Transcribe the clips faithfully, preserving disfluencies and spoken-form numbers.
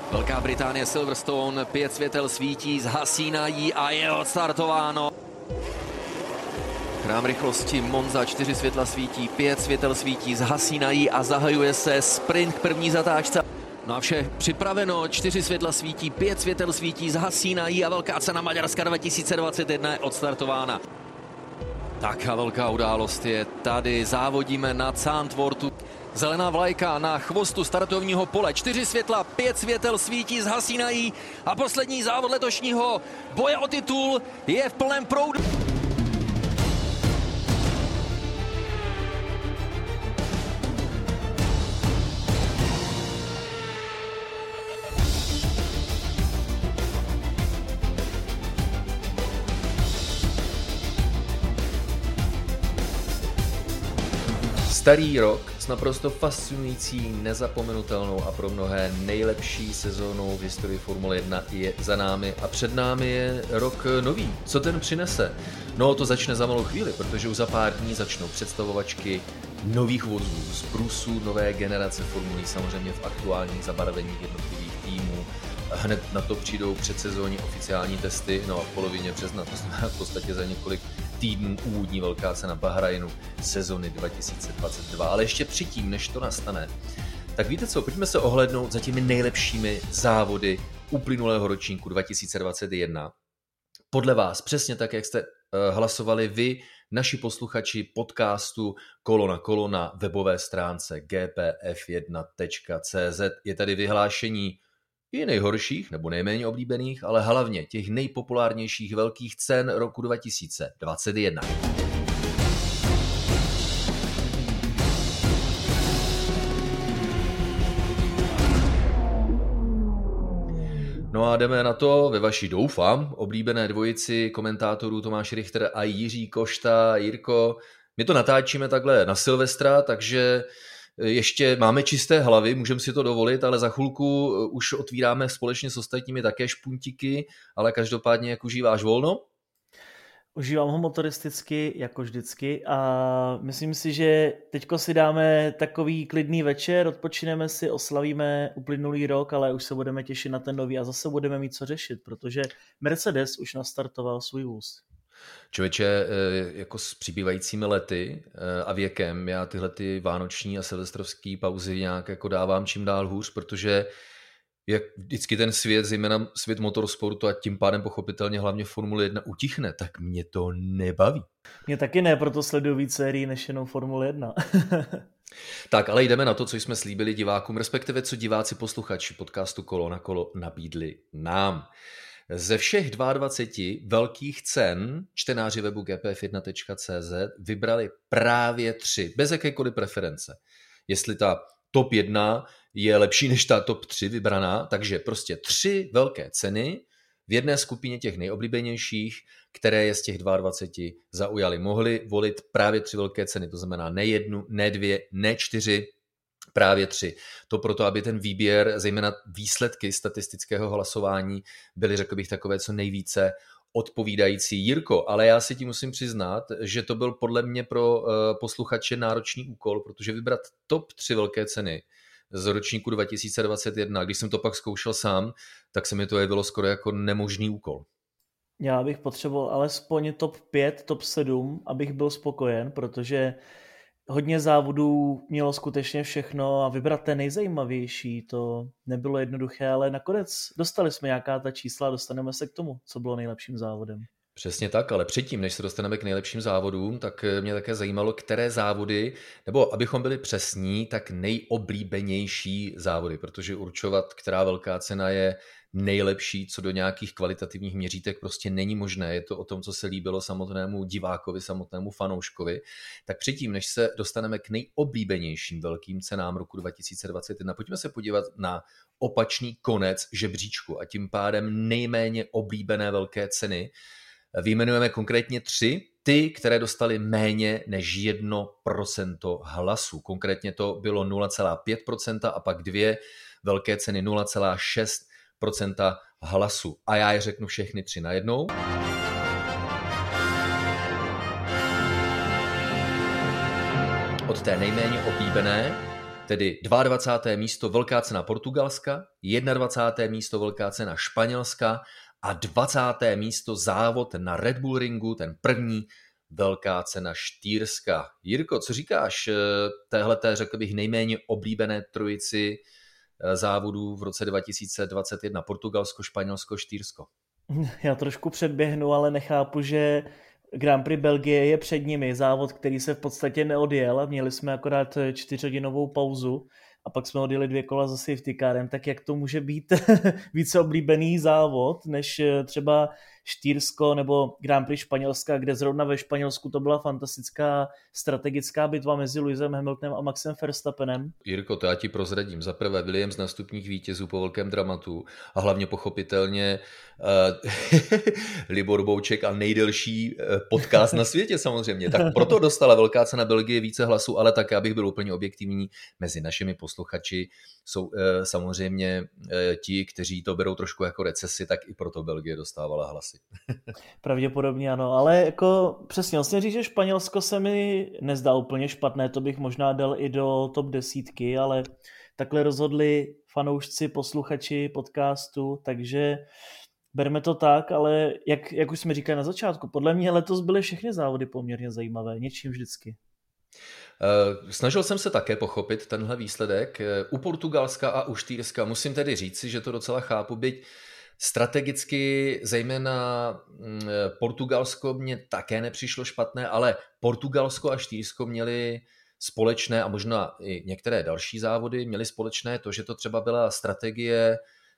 Velká Británie Silverstone, pět světel svítí, zhasínají a je odstartováno. Krám rychlosti Monza, čtyři světla svítí, pět světel svítí, zhasínají a zahajuje se sprint k první zatáčce. No a vše připraveno, čtyři světla svítí, pět světel svítí, zhasínají a velká cena Maďarska dva tisíce dvacet jedna je odstartována. Tak a velká událost je tady, závodíme na Zandvoortu. Zelená vlajka na chvostu startovního pole, čtyři světla, pět světel svítí, zhasínají a poslední závod letošního boje o titul je v plném proudu. Starý rok s naprosto fascinující, nezapomenutelnou a pro mnohé nejlepší sezónou v historii Formule jedna je za námi a před námi je rok nový. Co ten přinese? No to začne za malou chvíli, protože už za pár dní začnou představovačky nových vozů z brusů nové generace formulí, samozřejmě v aktuálních zabarveních jednotlivých týmů. Hned na to přijdou předsezónní oficiální testy, no a v polovině března, to znamená v podstatě za několik týdnů úvodní velká cena Bahrajnu sezony dva tisíce dvacet dva. Ale ještě předtím, než to nastane, tak víte co, pojďme se ohlédnout za těmi nejlepšími závody uplynulého ročníku dva tisíce dvacet jedna. Podle vás, přesně tak, jak jste uh, hlasovali vy, naši posluchači podcastu Kolo na kolo na webové stránce g p f jedna tečka c z, je tady vyhlášení i nejhorších nebo nejméně oblíbených, ale hlavně těch nejpopulárnějších velkých cen roku dva tisíce dvacet jedna. No a jdeme na to ve vaší, doufám, oblíbené dvojici komentátorů Tomáš Richter a Jiří Košta. Jirko, my to natáčíme takhle na Silvestra, takže ještě máme čisté hlavy, můžeme si to dovolit, ale za chvilku už otvíráme společně s ostatními také špuntiky, ale každopádně jak užíváš volno? Užívám ho motoristicky, jako vždycky, a myslím si, že teďko si dáme takový klidný večer, odpočineme si, oslavíme uplynulý rok, ale už se budeme těšit na ten nový a zase budeme mít co řešit, protože Mercedes už nastartoval svůj vůz. Člověče, jako s přibývajícími lety a věkem, já tyhle ty vánoční a silvestrovský pauzy nějak jako dávám čím dál hůř, protože jak vždycky ten svět, zejména svět motorsportu a tím pádem pochopitelně hlavně Formule jedna utichne, tak mě to nebaví. Mě taky ne, proto sleduju víc sérií než jenom Formule jedna. Tak, ale jdeme na to, co jsme slíbili divákům, respektive co diváci posluchači podcastu Kolo na kolo nabídli nám. Ze všech dvaceti dvou velkých cen čtenáři webu g p f jedna tečka c z vybrali právě tři, bez jakékoliv preference. Jestli ta top jedna je lepší než ta top tři vybraná, takže prostě tři velké ceny v jedné skupině těch nejoblíbenějších, které je z těch dvaceti dvou zaujaly. Mohli volit právě tři velké ceny, to znamená ne jednu, ne dvě, ne čtyři, právě tři. To proto, aby ten výběr, zejména výsledky statistického hlasování, byly, řekl bych, takové co nejvíce odpovídající. Jirko, ale já si ti musím přiznat, že to byl podle mě pro posluchače náročný úkol, protože vybrat top tři velké ceny z ročníku dva tisíce dvacet jedna, když jsem to pak zkoušel sám, tak se mi to jevilo skoro jako nemožný úkol. Já bych potřeboval alespoň top pět, top sedm, abych byl spokojen, protože hodně závodů mělo skutečně všechno a vybrat ten nejzajímavější, to nebylo jednoduché, ale nakonec dostali jsme nějaká ta čísla a dostaneme se k tomu, co bylo nejlepším závodem. Přesně tak, ale předtím, než se dostaneme k nejlepším závodům, tak mě také zajímalo, které závody, nebo abychom byli přesní, tak nejoblíbenější závody, protože určovat, která velká cena je nejlepší co do nějakých kvalitativních měřítek prostě není možné. Je to o tom, co se líbilo samotnému divákovi, samotnému fanouškovi. Tak předtím, než se dostaneme k nejoblíbenějším velkým cenám roku dva tisíce dvacet jedna, pojďme se podívat na opačný konec žebříčku a tím pádem nejméně oblíbené velké ceny. Vyjmenujeme konkrétně tři, ty, které dostaly méně než jedno procento hlasů. Konkrétně to bylo nula celá pět procenta a pak dvě velké ceny nula celá šest procenta hlasů. A já je řeknu všechny tři najednou. Od té nejméně oblíbené tedy dvacáté druhé místo velká cena Portugalska, dvacáté první místo velká cena Španělska a dvacáté místo závod na Red Bull Ringu, ten první velká cena Štýrska. Jirko, co říkáš téhleté, řekl bych, nejméně oblíbené trojici závodů v roce dva tisíce dvacet jedna? Portugalsko, Španělsko, Štýrsko. Já trošku předběhnu, ale nechápu, že Grand Prix Belgie je před nimi, závod, který se v podstatě neodjel. Měli jsme akorát čtyřhodinovou pauzu a pak jsme odjeli dvě kola za safety carem, tak jak to může být více oblíbený závod, než třeba Štýrsko nebo Grand Prix Španělska, kde zrovna ve Španělsku to byla fantastická strategická bitva mezi Lewisem Hamiltonem a Maxem Verstappenem. Jirko, to já ti prozradím. Za prvé Williams na stupních vítězů po velkém dramatu a hlavně pochopitelně uh, Libor Bouček a nejdelší uh, podcast na světě samozřejmě. Tak proto dostala velká cena Belgie více hlasů, ale také, abych byl úplně objektivní, mezi našimi posluchači jsou uh, samozřejmě uh, ti, kteří to berou trošku jako recesi, tak i proto Belgie dostávala hlasy. Pravděpodobně ano, ale jako přesně vlastně říct, že Španělsko se mi nezdá úplně špatné, to bych možná dal i do top desítky, ale takhle rozhodli fanoušci, posluchači podcastu, takže berme to tak, ale jak, jak už jsme říkali na začátku, podle mě letos byly všechny závody poměrně zajímavé, něčím vždycky. Snažil jsem se také pochopit tenhle výsledek. U Portugalska a u Štýrska musím tedy říci, že to docela chápu, byť strategicky zejména Portugalsko mě také nepřišlo špatné, ale Portugalsko a Štýrsko měli společné a možná i některé další závody měly společné to, že to třeba byla strategie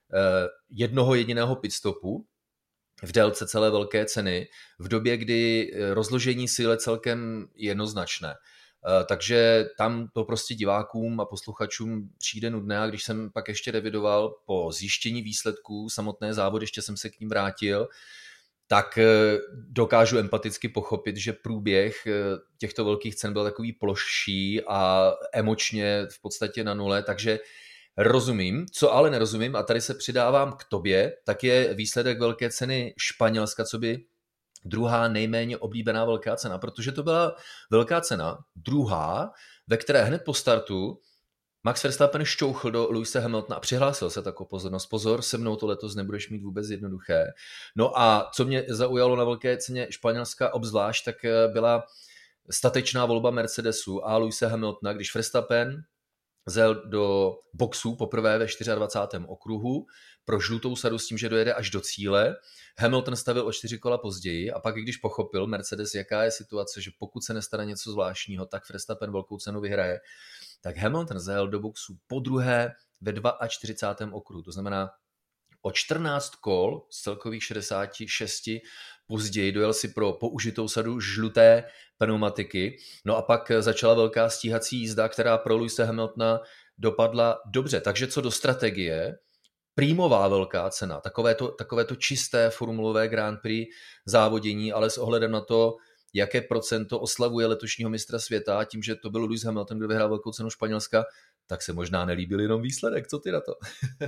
jednoho jediného pitstopu v délce celé velké ceny v době, kdy rozložení sil je celkem jednoznačné. Takže tam to prostě divákům a posluchačům přijde nudné a když jsem pak ještě revidoval po zjištění výsledků samotné závody, ještě jsem se k ním vrátil, tak dokážu empaticky pochopit, že průběh těchto velkých cen byl takový plošší a emočně v podstatě na nule, takže rozumím, co ale nerozumím a tady se přidávám k tobě, tak je výsledek velké ceny Španělska, co by druhá nejméně oblíbená velká cena, protože to byla velká cena, druhá, ve které hned po startu Max Verstappen šťouchl do Lewise Hamiltona a přihlásil se tak o pozornost. Pozor, se mnou to letos nebudeš mít vůbec jednoduché. No a co mě zaujalo na velké ceně Španělska obzvlášť, tak byla statečná volba Mercedesu a Lewise Hamiltona, když Verstappen zel do boxu poprvé ve dvacátém čtvrtém okruhu pro žlutou sadu s tím, že dojede až do cíle. Hamilton stavil o čtyři kola později a pak, když pochopil Mercedes, jaká je situace, že pokud se nestane něco zvláštního, tak Verstappen velkou cenu vyhraje, tak Hamilton zajel do boxu po druhé ve čtyřicátém druhém okruhu. To znamená o čtrnáct kol z celkových šedesáti šesti později dojel si pro použitou sadu žluté pneumatiky. No a pak začala velká stíhací jízda, která pro Lewise Hamiltona dopadla dobře. Takže co do strategie, prímová velká cena, takové to, takové to čisté formulové Grand Prix závodění, ale s ohledem na to, jaké procento oslavuje letošního mistra světa, tím, že to byl Lewis Hamilton, kdo vyhrál velkou cenu Španělska, tak se možná nelíbil jenom výsledek. Co ty na to?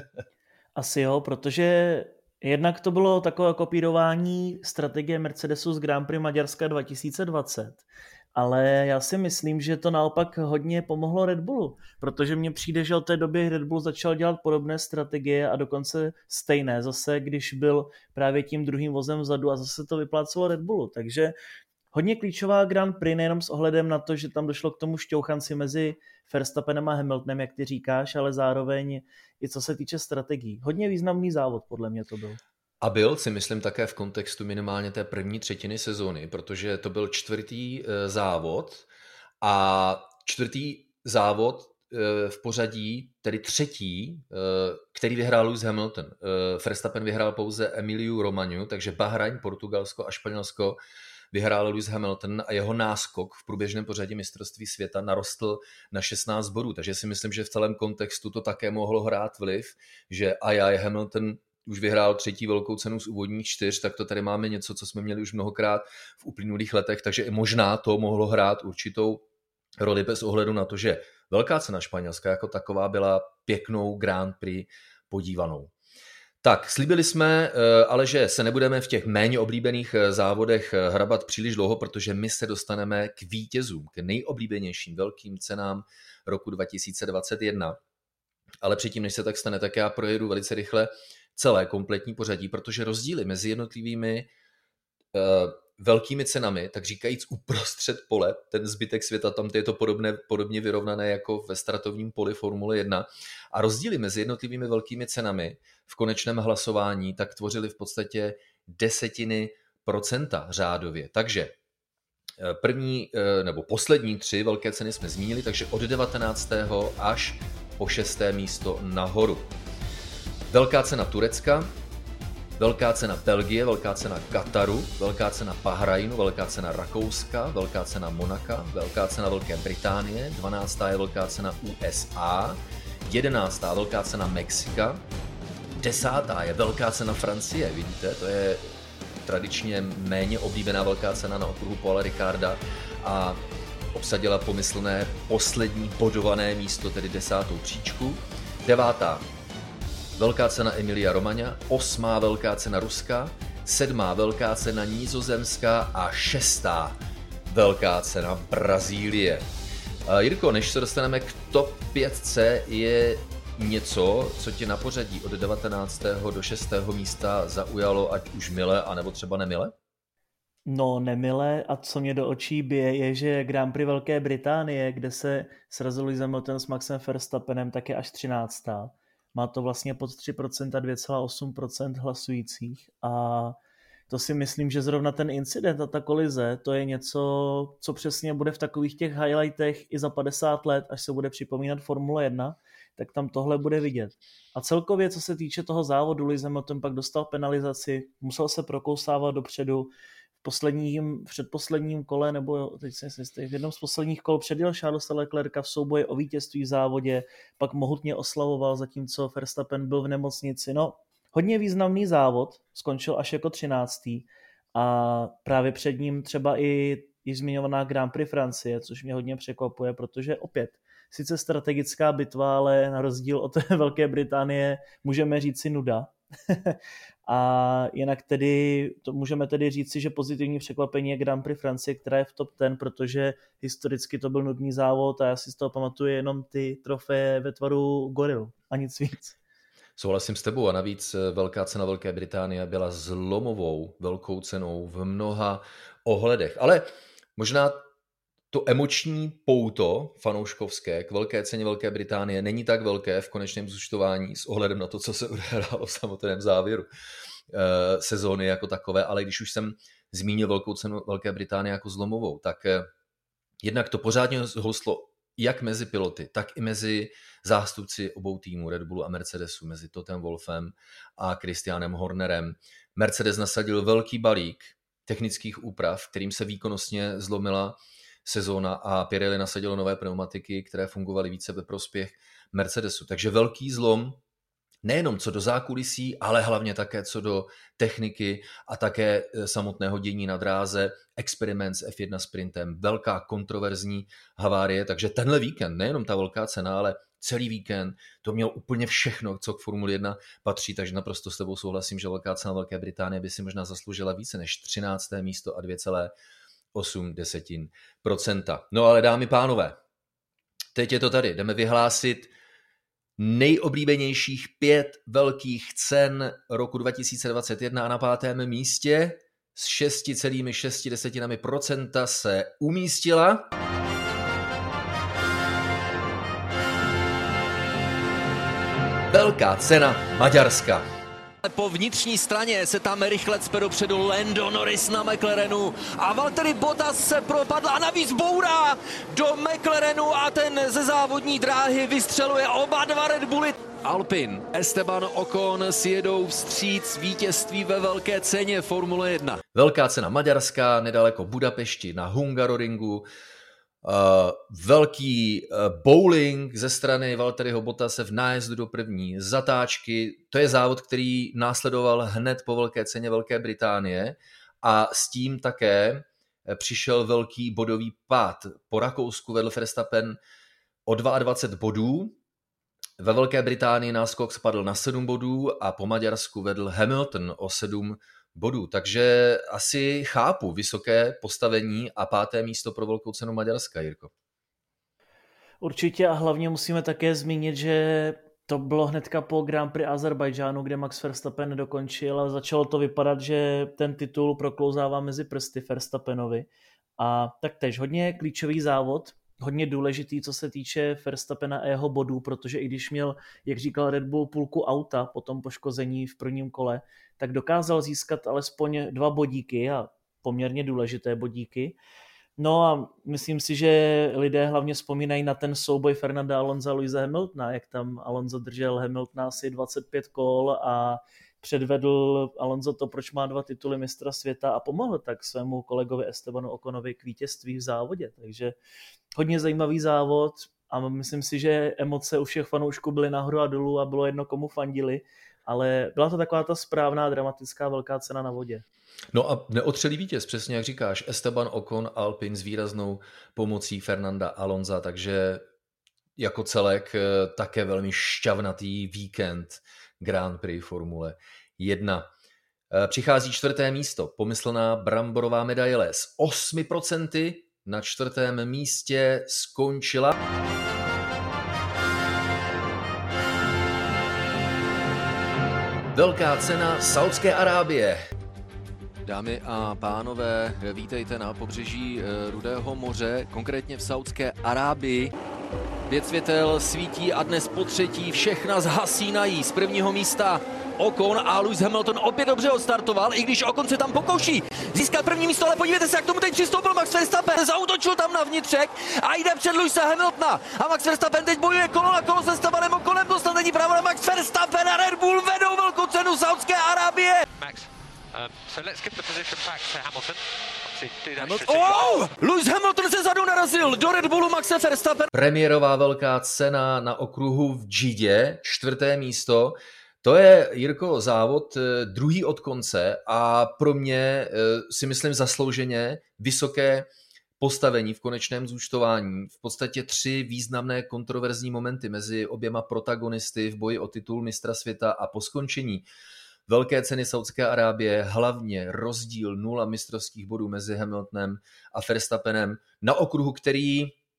Asi jo, protože jednak to bylo takové kopírování strategie Mercedesu z Grand Prix Maďarska dva tisíce dvacet. Ale já si myslím, že to naopak hodně pomohlo Red Bullu, protože mně přijde, že od té doby Red Bull začal dělat podobné strategie a dokonce stejné zase, když byl právě tím druhým vozem vzadu a zase to vyplácelo Red Bullu. Takže hodně klíčová Grand Prix, nejenom s ohledem na to, že tam došlo k tomu šťouchanci mezi Verstappenem a Hamiltonem, jak ty říkáš, ale zároveň i co se týče strategií. Hodně významný závod, podle mě to byl. A byl si myslím také v kontextu minimálně té první třetiny sezóny, protože to byl čtvrtý závod a čtvrtý závod v pořadí, tedy třetí, který vyhrál Lewis Hamilton. Verstappen vyhrál pouze Emiliu Romagnu, takže Bahrajn, Portugalsko a Španělsko vyhrál Lewis Hamilton a jeho náskok v průběžném pořadí mistrovství světa narostl na šestnáct bodů, takže si myslím, že v celém kontextu to také mohlo hrát vliv, že ajaj Hamilton už vyhrál třetí velkou cenu z úvodních čtyř, tak to tady máme něco, co jsme měli už mnohokrát v uplynulých letech, takže i možná to mohlo hrát určitou roli bez ohledu na to, že velká cena Španělska jako taková byla pěknou Grand Prix podívanou. Tak, slíbili jsme, ale že se nebudeme v těch méně oblíbených závodech hrabat příliš dlouho, protože my se dostaneme k vítězům, k nejoblíbenějším velkým cenám roku dva tisíce dvacet jedna. Ale předtím, než se tak stane, tak já projedu velice rychle celé kompletní pořadí, protože rozdíly mezi jednotlivými uh, velkými cenami, tak říkajíc uprostřed pole, ten zbytek světa, tam je to podobné, podobně vyrovnané jako ve startovním poli Formule jedna, a rozdíly mezi jednotlivými velkými cenami v konečném hlasování tak tvořily v podstatě desetiny procenta řádově. Takže první nebo poslední tři velké ceny jsme zmínili, takže od devatenáctého až po šesté místo nahoru. Velká cena Turecka, velká cena Belgie, velká cena Kataru, velká cena Bahrajnu, velká cena Rakouska, velká cena Monaka, velká cena Velké Británie, dvanáctá je velká cena U S A, jedenáctá velká cena Mexika, desátá je velká cena Francie, vidíte, to je tradičně méně oblíbená velká cena na okruhu Paula Ricarda a obsadila pomyslné poslední bodované místo, tedy desátou příčku. Devátá velká cena Emilia Romagna, osmá velká cena Ruska, sedmá velká cena Nizozemska a šestá velká cena Brazílie. Jirko, než se dostaneme k top pětce, je něco, co tě na pořadí od devatenáctého do šestého místa zaujalo, ať už mile, anebo třeba nemile? No, nemile, a co mě do očí bije, je, že Grand Prix Velké Británie, kde se srazil Lewis Hamilton s Maxem Verstappenem, tak je až třináctá. Má to vlastně pod tři procenta, dvě celá osm procenta hlasujících a to si myslím, že zrovna ten incident a ta kolize, to je něco, co přesně bude v takových těch highlightech i za padesát let, až se bude připomínat Formule jedna, tak tam tohle bude vidět. A celkově, co se týče toho závodu, Lewis Hamilton pak dostal penalizaci, musel se prokousávat dopředu, v posledním, v předposledním kole, nebo teď si myslím, v jednom z posledních kol předjel Charlesa Leclerca v souboji o vítězství v závodě, pak mohutně oslavoval, zatímco Verstappen byl v nemocnici. No, hodně významný závod, skončil až jako třináctý a právě před ním třeba i, i zmiňovaná Grand Prix Francie, což mě hodně překvapuje, protože opět, sice strategická bitva, ale na rozdíl od té Velké Británie můžeme říci nuda. A jinak tedy, to můžeme tedy říci, že pozitivní překvapení je Grand Prix Francie, která je v top deset, protože historicky to byl nudný závod a já si z toho pamatuju jenom ty trofeje ve tvaru goril a nic víc. Souhlasím s tebou a navíc velká cena Velké Británie byla zlomovou velkou cenou v mnoha ohledech. Ale možná to emoční pouto fanouškovské k velké ceně Velké Británie není tak velké v konečném zúčtování s ohledem na to, co se odehrálo v samotném závěru eh, sezóny jako takové, ale když už jsem zmínil velkou cenu Velké Británie jako zlomovou, tak eh, jednak to pořádně zhoustlo jak mezi piloty, tak i mezi zástupci obou týmů Red Bullu a Mercedesu, mezi Tottem Wolffem a Christianem Hornerem. Mercedes nasadil velký balík technických úprav, kterým se výkonnostně zlomila sezóna a Pirelli nasadilo nové pneumatiky, které fungovaly více ve prospěch Mercedesu. Takže velký zlom nejenom co do zákulisí, ale hlavně také co do techniky a také samotného dění na dráze, experiment s F jedna sprintem, velká kontroverzní havárie, takže tenhle víkend, nejenom ta velká cena, ale celý víkend to měl úplně všechno, co k Formule jedna patří, takže naprosto s tebou souhlasím, že velká cena Velké Británie by si možná zasloužila více než třinácté místo a dvě celá osm procenta. No ale dámy pánové, teď je to tady, jdeme vyhlásit nejoblíbenějších pět velkých cen roku dva tisíce dvacet jedna a na pátém místě s šest celá šest procenta se umístila velká cena Maďarska. Po vnitřní straně se tam rychle cpe dopředu Lando Norris na McLarenu a Valtteri Bottas se propadl a navíc bourá do McLarenu a ten ze závodní dráhy vystřeluje oba dva Red Bully. Alpin, Esteban Ocon si jedou vstříc vítězství ve velké ceně Formule jedna. Velká cena Maďarska, nedaleko Budapešti na Hungaroringu. Uh, velký uh, bowling ze strany Valtteriho Bottase v nájezdu do první zatáčky. To je závod, který následoval hned po velké ceně Velké Británie a s tím také přišel velký bodový pád. Po Rakousku vedl Verstappen o dvacet dva bodů Ve Velké Británii náskok spadl na sedm bodů a po Maďarsku vedl Hamilton o sedm bodů. Takže asi chápu vysoké postavení a páté místo pro Velkou cenu Maďarska, Jirko. Určitě a hlavně musíme také zmínit, že to bylo hnedka po Grand Prix Azerbajdžánu, kde Max Verstappen nedokončil a začalo to vypadat, že ten titul proklouzává mezi prsty Verstappenovi. A taktéž hodně klíčový závod, hodně důležitý, co se týče Verstappena a jeho bodů, protože i když měl, jak říkal Red Bull, půlku auta po tom poškození v prvním kole, tak dokázal získat alespoň dva bodíky a poměrně důležité bodíky. No a myslím si, že lidé hlavně vzpomínají na ten souboj Fernanda Alonsa a Luise Hamiltona, jak tam Alonso držel Hamiltona asi dvacet pět kol a předvedl Alonso to, proč má dva tituly mistra světa a pomohl tak svému kolegovi Estebanu Oconovi k vítězství v závodě. Takže hodně zajímavý závod a myslím si, že emoce u všech fanoušků byly nahoru a dolů a bylo jedno, komu fandili, ale byla to taková ta správná dramatická velká cena na vodě. No a neotřelý vítěz, přesně jak říkáš, Esteban Ocon Alpine s výraznou pomocí Fernanda Alonsa, takže jako celek také velmi šťavnatý víkend Grand Prix Formule jedna. Přichází čtvrté místo, pomyslná bramborová medaile s osmi procenty, na čtvrtém místě skončila Velká cena Saúdské Arábie. Dámy a pánové, vítejte na pobřeží Rudého moře, konkrétně v Saúdské Arábii. Pět světel svítí a dnes po třetí všechna zhasínají. Z prvního místa Ocon a Lewis Hamilton opět dobře odstartoval, i když Ocon se tam pokouší získat první místo, ale podívejte se, jak tomu teď přistoupil Max Verstappen. Zaútočil tam na vnitřek a jde před Lewisa Hamiltona. A Max Verstappen teď bojuje kolo na kolo se Estebanem Oconem, dostal není právo na Max Verstappen a Red Bull vedou velkou cenu Saúdské Arábie. Max, um, so let's give the position back to Hamilton. Oh! Lewis Hamilton se zadu narazil do Red Bullu Maxe Verstappen. Premiérová velká cena na okruhu v Džidě, čtvrté místo. To je, Jirko, závod druhý od konce a pro mě si myslím zaslouženě vysoké postavení v konečném zúčtování. V podstatě tři významné kontroverzní momenty mezi oběma protagonisty v boji o titul mistra světa a po skončení Velké ceny Saúdské Arábie, hlavně rozdíl nula mistrovských bodů mezi Hamiltonem a Verstappenem na okruhu, který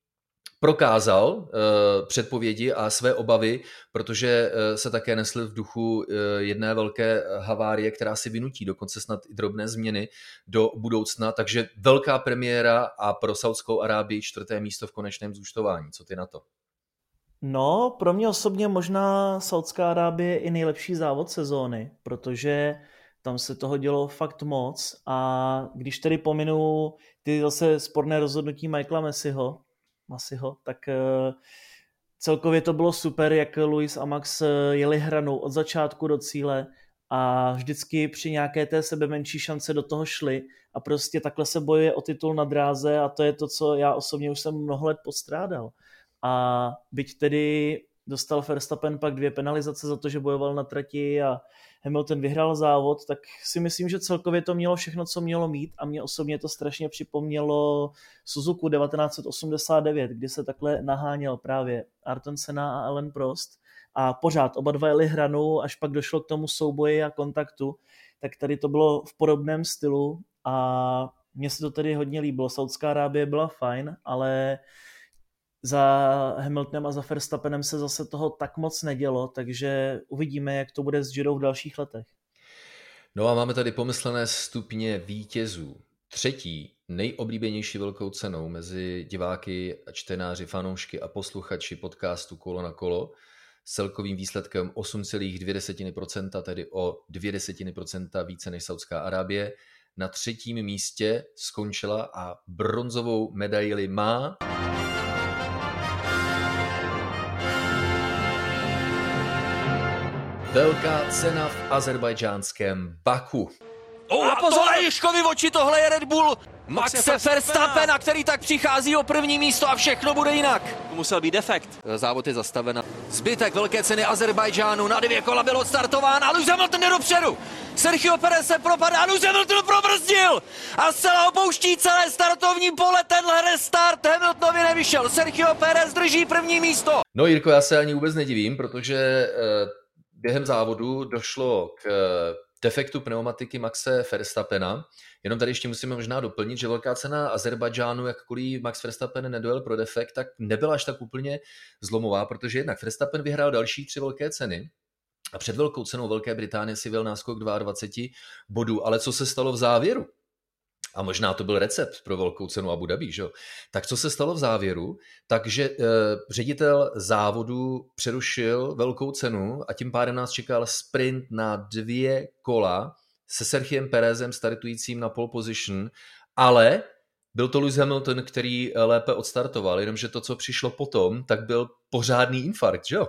prokázal uh, předpovědi a své obavy, protože uh, se také nesly v duchu uh, jedné velké havárie, která si vynutí dokonce snad i drobné změny do budoucna, takže velká premiéra a pro Saúdskou Arábii čtvrté místo v konečném zúčtování. Co ty na to? No, pro mě osobně možná Saúdská Arábie je i nejlepší závod sezóny, protože tam se toho dělo fakt moc a když tedy pominu ty zase sporné rozhodnutí Michaela Messiho, Messiho, tak uh, celkově to bylo super, jak Lewis a Max jeli hranou od začátku do cíle a vždycky při nějaké té sebe menší šance do toho šli a prostě takhle se bojuje o titul na dráze a to je to, co já osobně už jsem mnoho let postrádal. A byť tedy dostal Verstappen pak dvě penalizace za to, že bojoval na trati a Hamilton vyhrál závod, tak si myslím, že celkově to mělo všechno, co mělo mít a mě osobně to strašně připomnělo Suzuku devatenáct osmdesát devět, kdy se takhle naháněl právě Ayrton Senna a Alain Prost a pořád oba dva jeli hranu, až pak došlo k tomu souboji a kontaktu, tak tady to bylo v podobném stylu a mně se to tedy hodně líbilo. Saúdská Arábie byla fajn, ale za Hamiltonem a za Verstappenem se zase toho tak moc nedělo, takže uvidíme, jak to bude s Gidou v dalších letech. No a máme tady pomyslené stupně vítězů. Třetí nejoblíbenější velkou cenou mezi diváky, čtenáři, fanoušky a posluchači podcastu Kolo na kolo s celkovým výsledkem osm celá dvě procenta, tedy o dvě desetiny procenta více než Saúdská Arábie. Na třetím místě skončila a bronzovou medaili má Velká cena v azerbajdžánském Baku. Oh, a pozor, Ježkovi v oči, tohle je Red Bull Maxe Verstappena, který tak přichází o první místo a všechno bude jinak. To musel být defekt. Závod je zastavena. Zbytek velké ceny Azerbajdžánu na dvě kola byl odstartován a Lewis Hamilton jde dopředu. Sergio Perez se propadá a Lewis Hamilton probrzdil a zcela opouští celé startovní pole. Tenhle restart Hamiltonovi nevyšel. Sergio Perez drží první místo. No Jirko, já se ani vůbec nedivím, protože během závodu došlo k defektu pneumatiky Maxe Verstappena. Jenom tady ještě musíme možná doplnit, že velká cena Azerbajdžánu, jakkoliv Max Verstappen nedojel pro defekt, tak nebyla až tak úplně zlomová, protože jednak Verstappen vyhrál další tři velké ceny a před velkou cenou Velké Británie si vyjel náskok dvacet dva bodů. Ale co se stalo v závěru? A možná to byl recept pro velkou cenu Abu Dhabi, že? Tak co se stalo v závěru? Takže eh, ředitel závodu přerušil velkou cenu a tím pádem nás čekal sprint na dvě kola se Sergiem Perezem startujícím na pole position, ale byl to Lewis Hamilton, který lépe odstartoval, jenomže to, co přišlo potom, tak byl pořádný infarkt, že jo?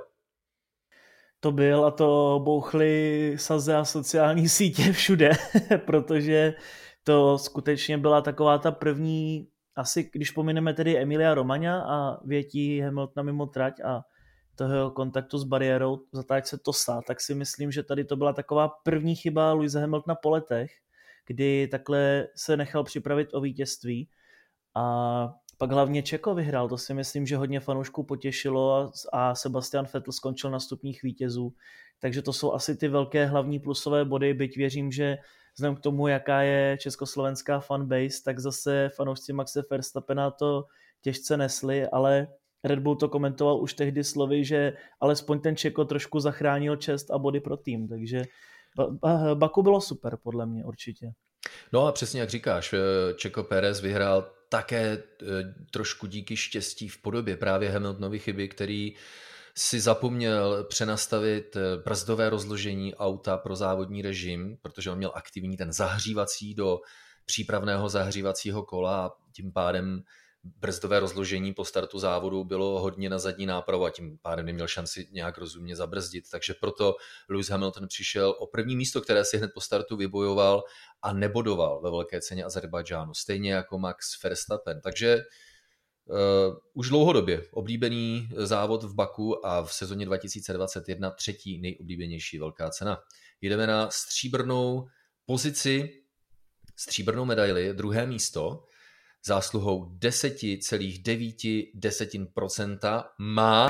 To byl a to bouchly saze a sociální sítě všude, protože to skutečně byla taková ta první, asi když pomineme tedy Emilia Romagna a větí Hamiltona mimo trať a toho kontaktu s bariérou v zatáčce Tosa, tak si myslím, že tady to byla taková první chyba Lewise Hamiltona po letech, kdy takhle se nechal připravit o vítězství a pak hlavně Čeko vyhrál, to si myslím, že hodně fanoušků potěšilo a Sebastian Vettel skončil na stupních vítězů, takže to jsou asi ty velké hlavní plusové body, byť věřím, že vzhledem k tomu, jaká je československá fanbase, tak zase fanoušci Maxe Verstappena to těžce nesli, ale Red Bull to komentoval už tehdy slovy, že alespoň ten Čeko trošku zachránil čest a body pro tým, takže Baku bylo super, podle mě určitě. No a přesně jak říkáš, Checo Pérez vyhrál také trošku díky štěstí v podobě právě Hamiltonovy chyby, který si zapomněl přenastavit brzdové rozložení auta pro závodní režim, protože on měl aktivní ten zahřívací do přípravného zahřívacího kola a tím pádem brzdové rozložení po startu závodu bylo hodně na zadní nápravu a tím pádem neměl šanci nějak rozumně zabrzdit. Takže proto Lewis Hamilton přišel o první místo, které si hned po startu vybojoval a nebodoval ve velké ceně Azerbajdžánu. Stejně jako Max Verstappen. Takže uh, už dlouhodobě oblíbený závod v Baku a v sezóně dva tisíce dvacet jedna třetí nejoblíbenější velká cena. Jdeme na stříbrnou pozici, stříbrnou medaili, druhé místo. Zásluhou deset celá devět procenta má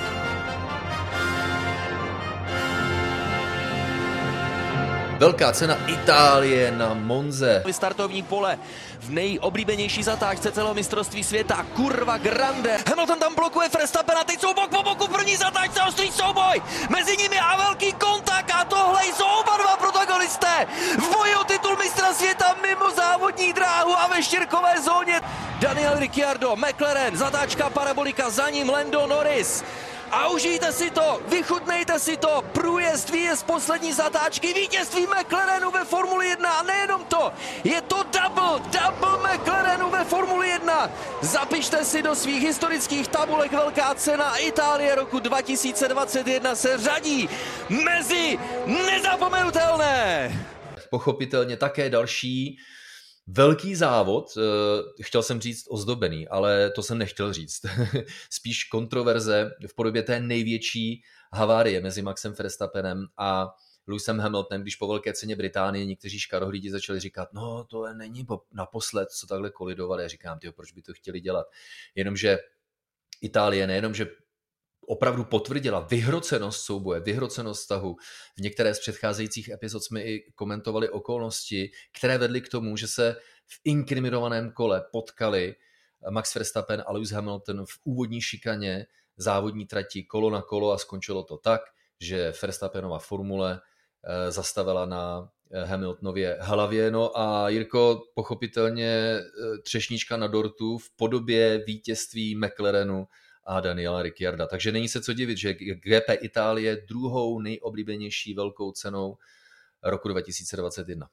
velká cena Itálie na Monze. Startovní pole v nejoblíbenější zatáčce celého mistrovství světa, Curva Grande. Hamilton tam blokuje Verstappena, teď jsou bok po boku v první zatáčce, ostrý souboj mezi nimi a velký kontakt a tohle jsou oba dva protagonisté v boji o titul mistra světa mimo závodní dráhu a ve štěrkové zóně. Daniel Ricciardo, McLaren, zatáčka parabolika, za ním Lando Norris. A užijte si to, vychutnejte si to, průjezd, výjezd poslední zatáčky, vítězství McLarenu ve Formuli jedna a nejenom to, je to double, double McLarenu ve Formuli jedna. Zapište si do svých historických tabulek velká cena Itálie roku dva tisíce dvacet jedna se řadí mezi nezapomenutelné. Pochopitelně také další velký závod, chtěl jsem říct ozdobený, ale to jsem nechtěl říct. Spíš kontroverze v podobě té největší havárie mezi Maxem Verstappenem a Lewisem Hamiltonem, když po velké ceně Británie někteří škarohlídi začali říkat, no to není naposled, co takhle kolidovali. Já říkám, tyjo, proč by to chtěli dělat? Jenomže Itálie nejenom, že opravdu potvrdila vyhrocenost souboje, vyhrocenost vztahu. V některé z předcházejících epizod jsme i komentovali okolnosti, které vedly k tomu, že se v inkriminovaném kole potkali Max Verstappen a Lewis Hamilton v úvodní šikaně závodní trati kolo na kolo a skončilo to tak, že Verstappenova formule zastavila na Hamiltonově hlavě. No a Jirko, pochopitelně třešnička na dortu v podobě vítězství McLarenu a Daniela Ricciarda. Takže není se co divit, že G P Itálie druhou nejoblíbenější velkou cenou roku dva tisíce dvacet jedna.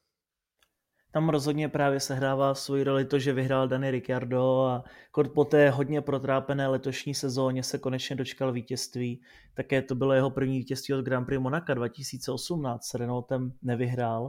Tam rozhodně právě sehrává svoji roli to, že vyhrál Dani Ricciardo a po té hodně protrápené letošní sezóně se konečně dočkal vítězství. Také to bylo jeho první vítězství od Grand Prix Monaka dva tisíce osmnáct. S Renaultem nevyhrál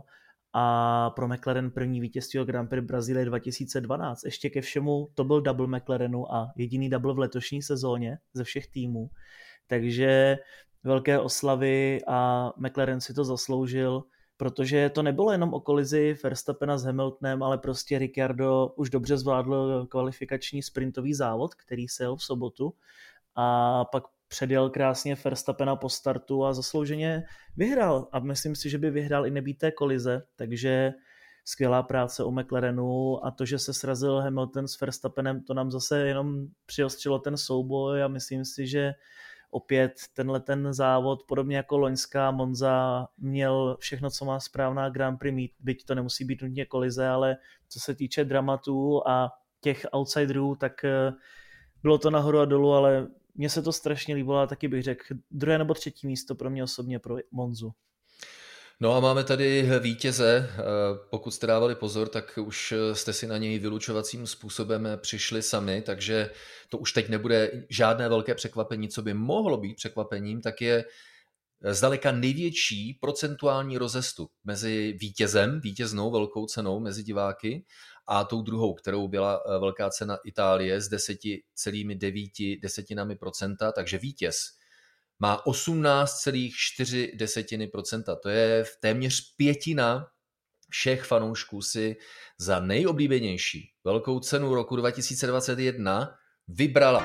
a pro McLaren první vítězství od Grand Prix Brazílie dva tisíce dvanáct. Ještě ke všemu to byl double McLarenu a jediný double v letošní sezóně ze všech týmů. takže velké oslavy a McLaren si to zasloužil, protože to nebylo jenom o kolizi Verstappena s Hamiltonem, ale prostě Ricciardo už dobře zvládl kvalifikační sprintový závod, který se jel v sobotu a pak předjel krásně Verstappena po startu a zaslouženě vyhrál a myslím si, že by vyhrál i nebýt té kolize, takže skvělá práce u McLarenu a to, že se srazil Hamilton s Verstappenem, to nám zase jenom přiostřilo ten souboj a myslím si, že opět tenhle ten závod, podobně jako loňská Monza, měl všechno, co má správná Grand Prix mít, byť to nemusí být nutně kolize, ale co se týče dramatů a těch outsiderů, tak bylo to nahoru a dolů, ale mně se to strašně líbilo a taky bych řekl druhé nebo třetí místo pro mě osobně pro Monzu. No a máme tady vítěze, pokud jste dávali pozor, tak už jste si na něj vylučovacím způsobem přišli sami, takže to už teď nebude žádné velké překvapení. Co by mohlo být překvapením, tak je zdaleka největší procentuální rozestup mezi vítězem, vítěznou velkou cenou mezi diváky a tou druhou, kterou byla velká cena Itálie s deset celá devět desetinami procenta, takže vítěz má osmnáct celá čtyři desetiny procenta. To je téměř pětina všech fanoušků si za nejoblíbenější velkou cenu roku dva tisíce dvacet jedna vybrala.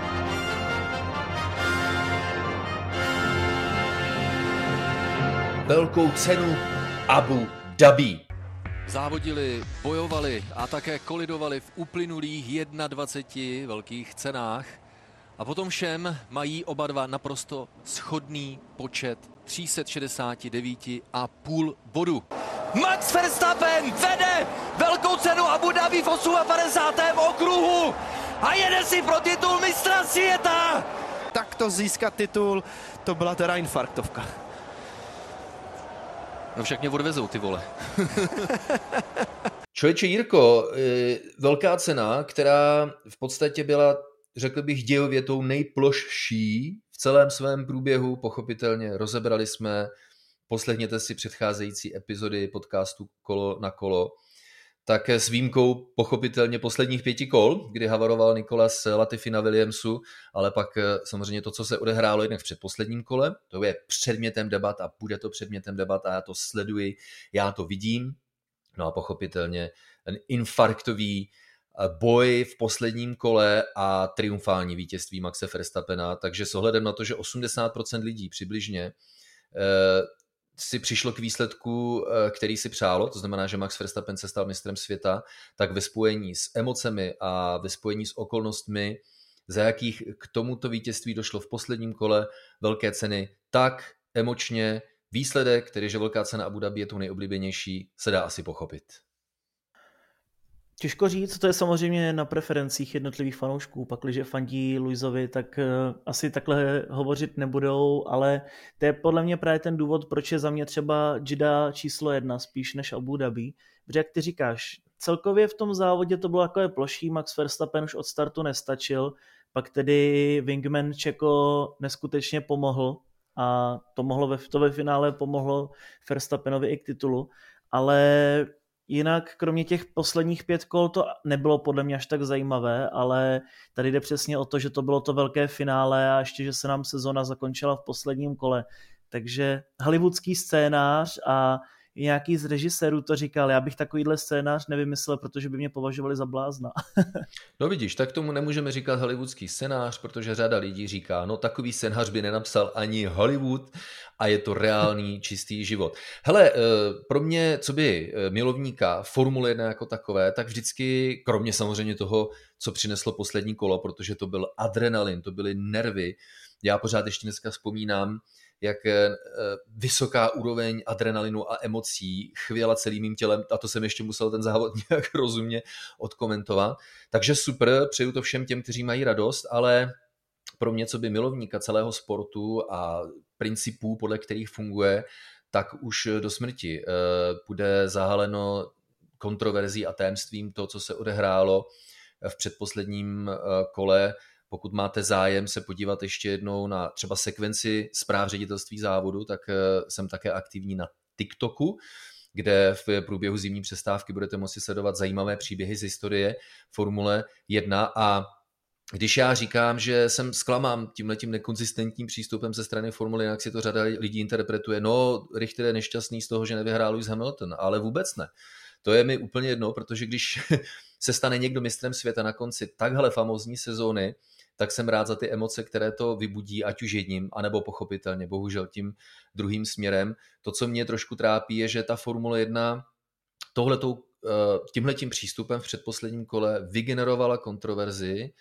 Velkou cenu Abu Dhabi. Závodili, bojovali a také kolidovali v uplynulých dvaceti jedné velkých cenách. A potom všem mají oba dva naprosto shodný počet tři sta šedesát devět a půl bodu. Max Verstappen vede velkou cenu Abu Dhabi v padesátém osmém okruhu a jede si pro titul mistra světa. Takto získat titul, to byla teda infarktovka. No však mě odvezou, ty vole. Člověče Jirko, velká cena, která v podstatě byla, řekl bych, dějově tou nejplošší v celém svém průběhu, pochopitelně rozebrali jsme, poslechněte si předcházející epizody podcastu Kolo na kolo, tak s výjimkou pochopitelně posledních pěti kol, kdy havaroval Nicolas Latifi na Williamsu, ale pak samozřejmě to, co se odehrálo jednak v předposledním kole, to je předmětem debat a bude to předmětem debat a já to sleduji, já to vidím, no a pochopitelně ten infarktový boj v posledním kole a triumfální vítězství Maxe Verstappena, takže s ohledem na to, že osmdesát procent lidí přibližně si přišlo k výsledku, který si přálo, to znamená, že Max Verstappen se stal mistrem světa, tak ve spojení s emocemi a ve spojení s okolnostmi, za jakých k tomuto vítězství došlo v posledním kole velké ceny, tak emočně výsledek, který že velká cena Abu Dhabi je tu nejoblíbenější, se dá asi pochopit. Těžko říct, to je samozřejmě na preferencích jednotlivých fanoušků. Pakliže fandí Lewisovi, tak asi takhle hovořit nebudou, ale to je podle mě právě ten důvod, proč je za mě třeba Jeddah číslo jedna spíš než Abu Dhabi. Protože jak ty říkáš, celkově v tom závodě to bylo takové ploší, Max Verstappen už od startu nestačil, pak tedy Wingman Čeko neskutečně pomohl a to, mohlo ve, to ve finále pomohlo Verstappenovi i k titulu, ale jinak, kromě těch posledních pět kol, to nebylo podle mě až tak zajímavé, ale tady jde přesně o to, že to bylo to velké finále a ještě, že se nám sezona zakončila v posledním kole. Takže hollywoodský scénář a nějaký z režisérů to říkal, já bych takovýhle scénář nevymyslel, protože by mě považovali za blázna. No vidíš, tak tomu nemůžeme říkat hollywoodský scénář, protože řada lidí říká, no takový scénář by nenapsal ani Hollywood a je to reálný čistý život. Hele, pro mě, co by milovníka Formule jedna jako takové, tak vždycky, kromě samozřejmě toho, co přineslo poslední kolo, protože to byl adrenalin, to byly nervy, já pořád ještě dneska vzpomínám, jak vysoká úroveň adrenalinu a emocí chvěla celým mým tělem a to jsem ještě musel ten závod nějak rozumně odkomentovat. Takže super, přeju to všem těm, kteří mají radost, ale pro mě, co by milovníka celého sportu a principů, podle kterých funguje, tak už do smrti bude zahaleno kontroverzí a tajemstvím to, co se odehrálo v předposledním kole. Pokud máte zájem se podívat ještě jednou na třeba sekvenci zpráv ředitelství závodu, tak jsem také aktivní na TikToku, kde v průběhu zimní přestávky budete moci sledovat zajímavé příběhy z historie Formule jedna a když já říkám, že jsem zklamán tímhletím nekonzistentním přístupem ze strany Formule jedna, jak si to řada lidí interpretuje, no Richter je nešťastný z toho, že nevyhrál Lewis Hamilton, ale vůbec ne. To je mi úplně jedno, protože když se stane někdo mistrem světa na konci takhle famózní sezóny, tak jsem rád za ty emoce, které to vybudí, ať už jedním, anebo pochopitelně, bohužel tím druhým směrem. To, co mě trošku trápí, je, že ta Formule jedna tohletou, tímhletím přístupem v předposledním kole vygenerovala kontroverzi,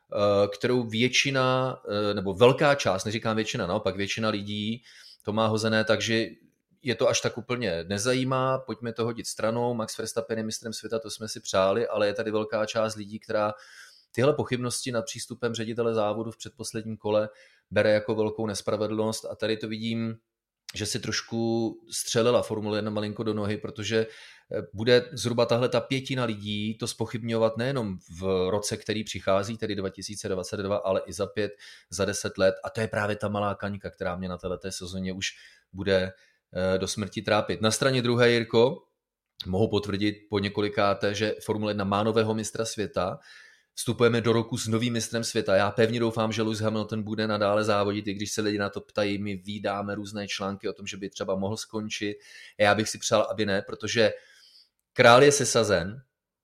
kterou většina, nebo velká část, neříkám většina, naopak většina lidí to má hozené, takže je to až tak úplně nezajímá, pojďme to hodit stranou, Max Verstappen je mistrem světa, to jsme si přáli, ale je tady velká část lidí, která tyhle pochybnosti nad přístupem ředitele závodu v předposledním kole bere jako velkou nespravedlnost a tady to vidím, že si trošku střelila Formule jedna malinko do nohy, protože bude zhruba tahle ta pětina lidí to zpochybňovat nejenom v roce, který přichází, tedy dva tisíce dvacet dva, ale i za pět, za deset let a to je právě ta malá kaňka, která mě na této sezóně už bude do smrti trápit. Na straně druhé, Jirko, mohu potvrdit po několikáté, že Formule jedna má nového mistra světa, vstupujeme do roku s novým mistrem světa. Já pevně doufám, že Lewis Hamilton bude nadále závodit, i když se lidi na to ptají, my vídáme různé články o tom, že by třeba mohl skončit. A já bych si přál, aby ne, protože král je sesazen,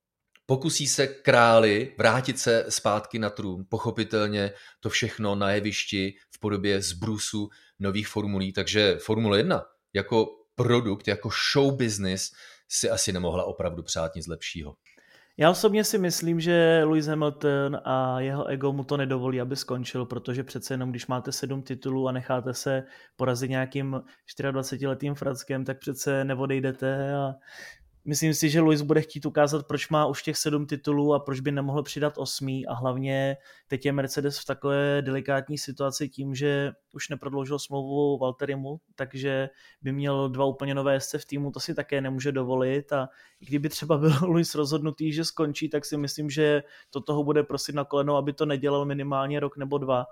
pokusí se králi vrátit se zpátky na trůn, pochopitelně to všechno na jevišti v podobě zbrusu nových formulí, takže Formule jedna jako produkt, jako show business si asi nemohla opravdu přát nic lepšího. Já osobně si myslím, že Lewis Hamilton a jeho ego mu to nedovolí, aby skončil, protože přece jenom, když máte sedm titulů a necháte se porazit nějakým dvacetičtyřletým Frackem, tak přece neodejdete a myslím si, že Lewis bude chtít ukázat, proč má už těch sedm titulů a proč by nemohl přidat osmý a hlavně teď je Mercedes v takové delikátní situaci tím, že už neprodloužil smlouvu Valtterimu, takže by měl dva úplně nové jezdce v týmu, to si také nemůže dovolit a i kdyby třeba byl Lewis rozhodnutý, že skončí, tak si myslím, že to toho bude prosit na koleno, aby to nedělal minimálně rok nebo dva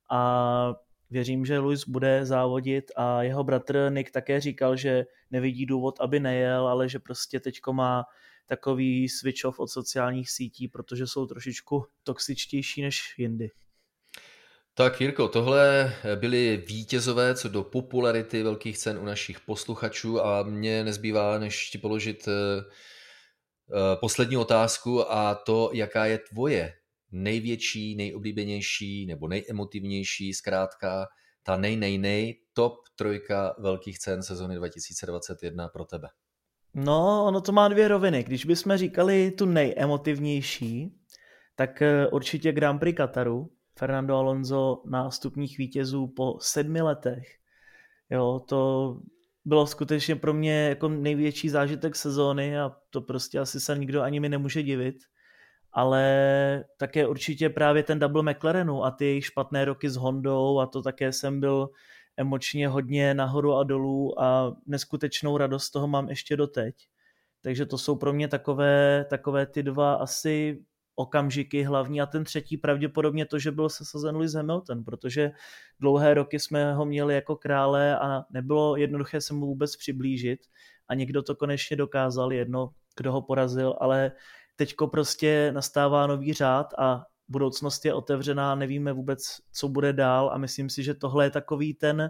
a věřím, že Lewis bude závodit a jeho bratr Nick také říkal, že nevidí důvod, aby nejel, ale že prostě teďko má takový switch off od sociálních sítí, protože jsou trošičku toxičtější než jindy. Tak Jirko, tohle byli vítězové co do popularity velkých cen u našich posluchačů a mně nezbývá, než ti položit poslední otázku a to, jaká je tvoje největší, nejoblíbenější nebo nejemotivnější, zkrátka ta nej, nej, nej, top trojka velkých cen sezony dva tisíce dvacet jedna pro tebe? No, ono to má dvě roviny. Když bychom říkali tu nejemotivnější, tak určitě Grand Prix Kataru, Fernando Alonso nástupních vítězů po sedmi letech. Jo, to bylo skutečně pro mě jako největší zážitek sezóny a to prostě asi se nikdo ani mi nemůže divit. Ale také určitě právě ten double McLarenu a ty jejich špatné roky s Hondou a to také jsem byl emočně hodně nahoru a dolů a neskutečnou radost toho mám ještě doteď. Takže to jsou pro mě takové, takové ty dva asi okamžiky hlavní a ten třetí pravděpodobně to, že byl sesazen Lewis Hamilton, protože dlouhé roky jsme ho měli jako krále a nebylo jednoduché se mu vůbec přiblížit a někdo to konečně dokázal, jedno, kdo ho porazil, ale teďko prostě nastává nový řád a budoucnost je otevřená, nevíme vůbec, co bude dál a myslím si, že tohle je takový ten,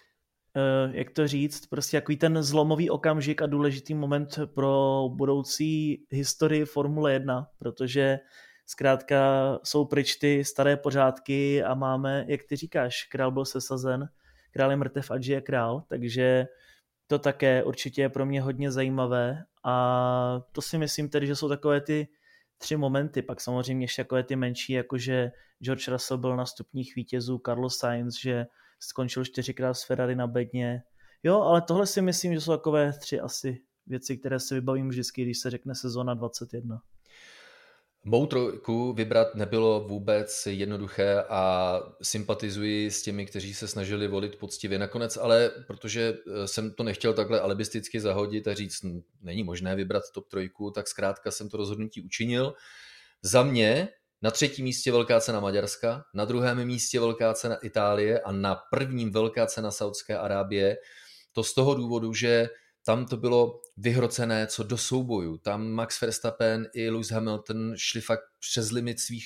jak to říct, prostě takový ten zlomový okamžik a důležitý moment pro budoucí historii Formule jedna, protože zkrátka jsou pryč ty staré pořádky a máme, jak ty říkáš, král byl sesazen, král je mrtev, ať je král, takže to také určitě je pro mě hodně zajímavé a to si myslím tedy, že jsou takové ty tři momenty, pak samozřejmě ještě takové ty menší, jakože George Russell byl na stupních vítězů, Carlos Sainz, že skončil čtyřikrát s Ferrari na bedně. Jo, ale tohle si myslím, že jsou takové tři asi věci, které si vybavím vždycky, když se řekne sezóna dvacet jedna. Mou trojku vybrat nebylo vůbec jednoduché a sympatizuji s těmi, kteří se snažili volit poctivě nakonec, ale protože jsem to nechtěl takhle alibisticky zahodit a říct, není možné vybrat top trojku, tak zkrátka jsem to rozhodnutí učinil. Za mě na třetím místě velká cena Maďarska, na druhém místě velká cena Itálie a na prvním velká cena Saudské Arábie. To z toho důvodu, že tam to bylo vyhrocené co do soubojů. Tam Max Verstappen i Lewis Hamilton šli fakt přes limit svých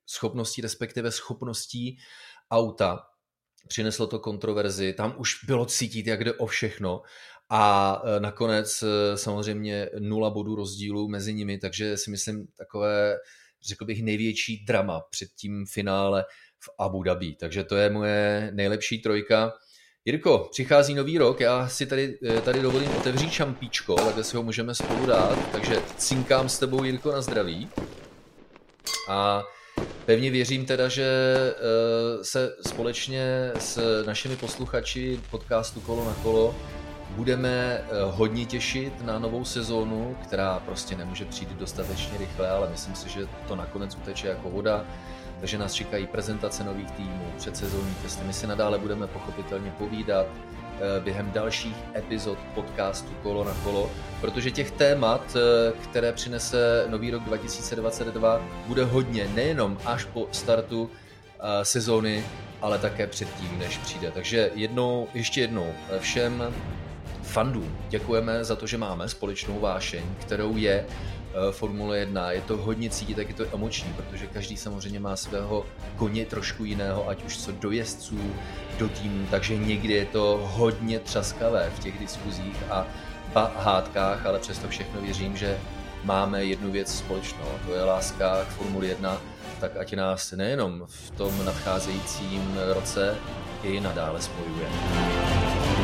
schopností, respektive schopností auta. Přineslo to kontroverzi, tam už bylo cítit, jak jde o všechno a nakonec samozřejmě nula bodů rozdílu mezi nimi, takže si myslím takové, řekl bych, největší drama před tím finále v Abu Dhabi. Takže to je moje nejlepší trojka. Jirko, přichází nový rok, já si tady, tady dovolím otevřít šampíčko, takhle si ho můžeme spolu dát, takže cinkám s tebou, Jirko, na zdraví. A pevně věřím teda, že se společně s našimi posluchači podcastu Kolo na kolo budeme hodně těšit na novou sezónu, která prostě nemůže přijít dostatečně rychle, ale myslím si, že to nakonec uteče jako voda. Takže nás čekají prezentace nových týmů, předsezónní testy. My si nadále budeme pochopitelně povídat během dalších epizod podcastu Kolo na kolo, protože těch témat, které přinese nový rok dva tisíce dvacet dva, bude hodně, nejenom až po startu sezóny, ale také předtím, než přijde. Takže jednou, ještě jednou všem fandům děkujeme za to, že máme společnou vášeň, kterou je Formule jedna. Je to hodně cítit, tak je to emoční, protože každý samozřejmě má svého koně trošku jiného, ať už co do jezdců, do týmu, takže někdy je to hodně třaskavé v těch diskuzích a hádkách, ale přesto všechno věřím, že máme jednu věc společnou, to je láska k Formule jedna, tak ať nás nejenom v tom nadcházejícím roce i nadále spojuje.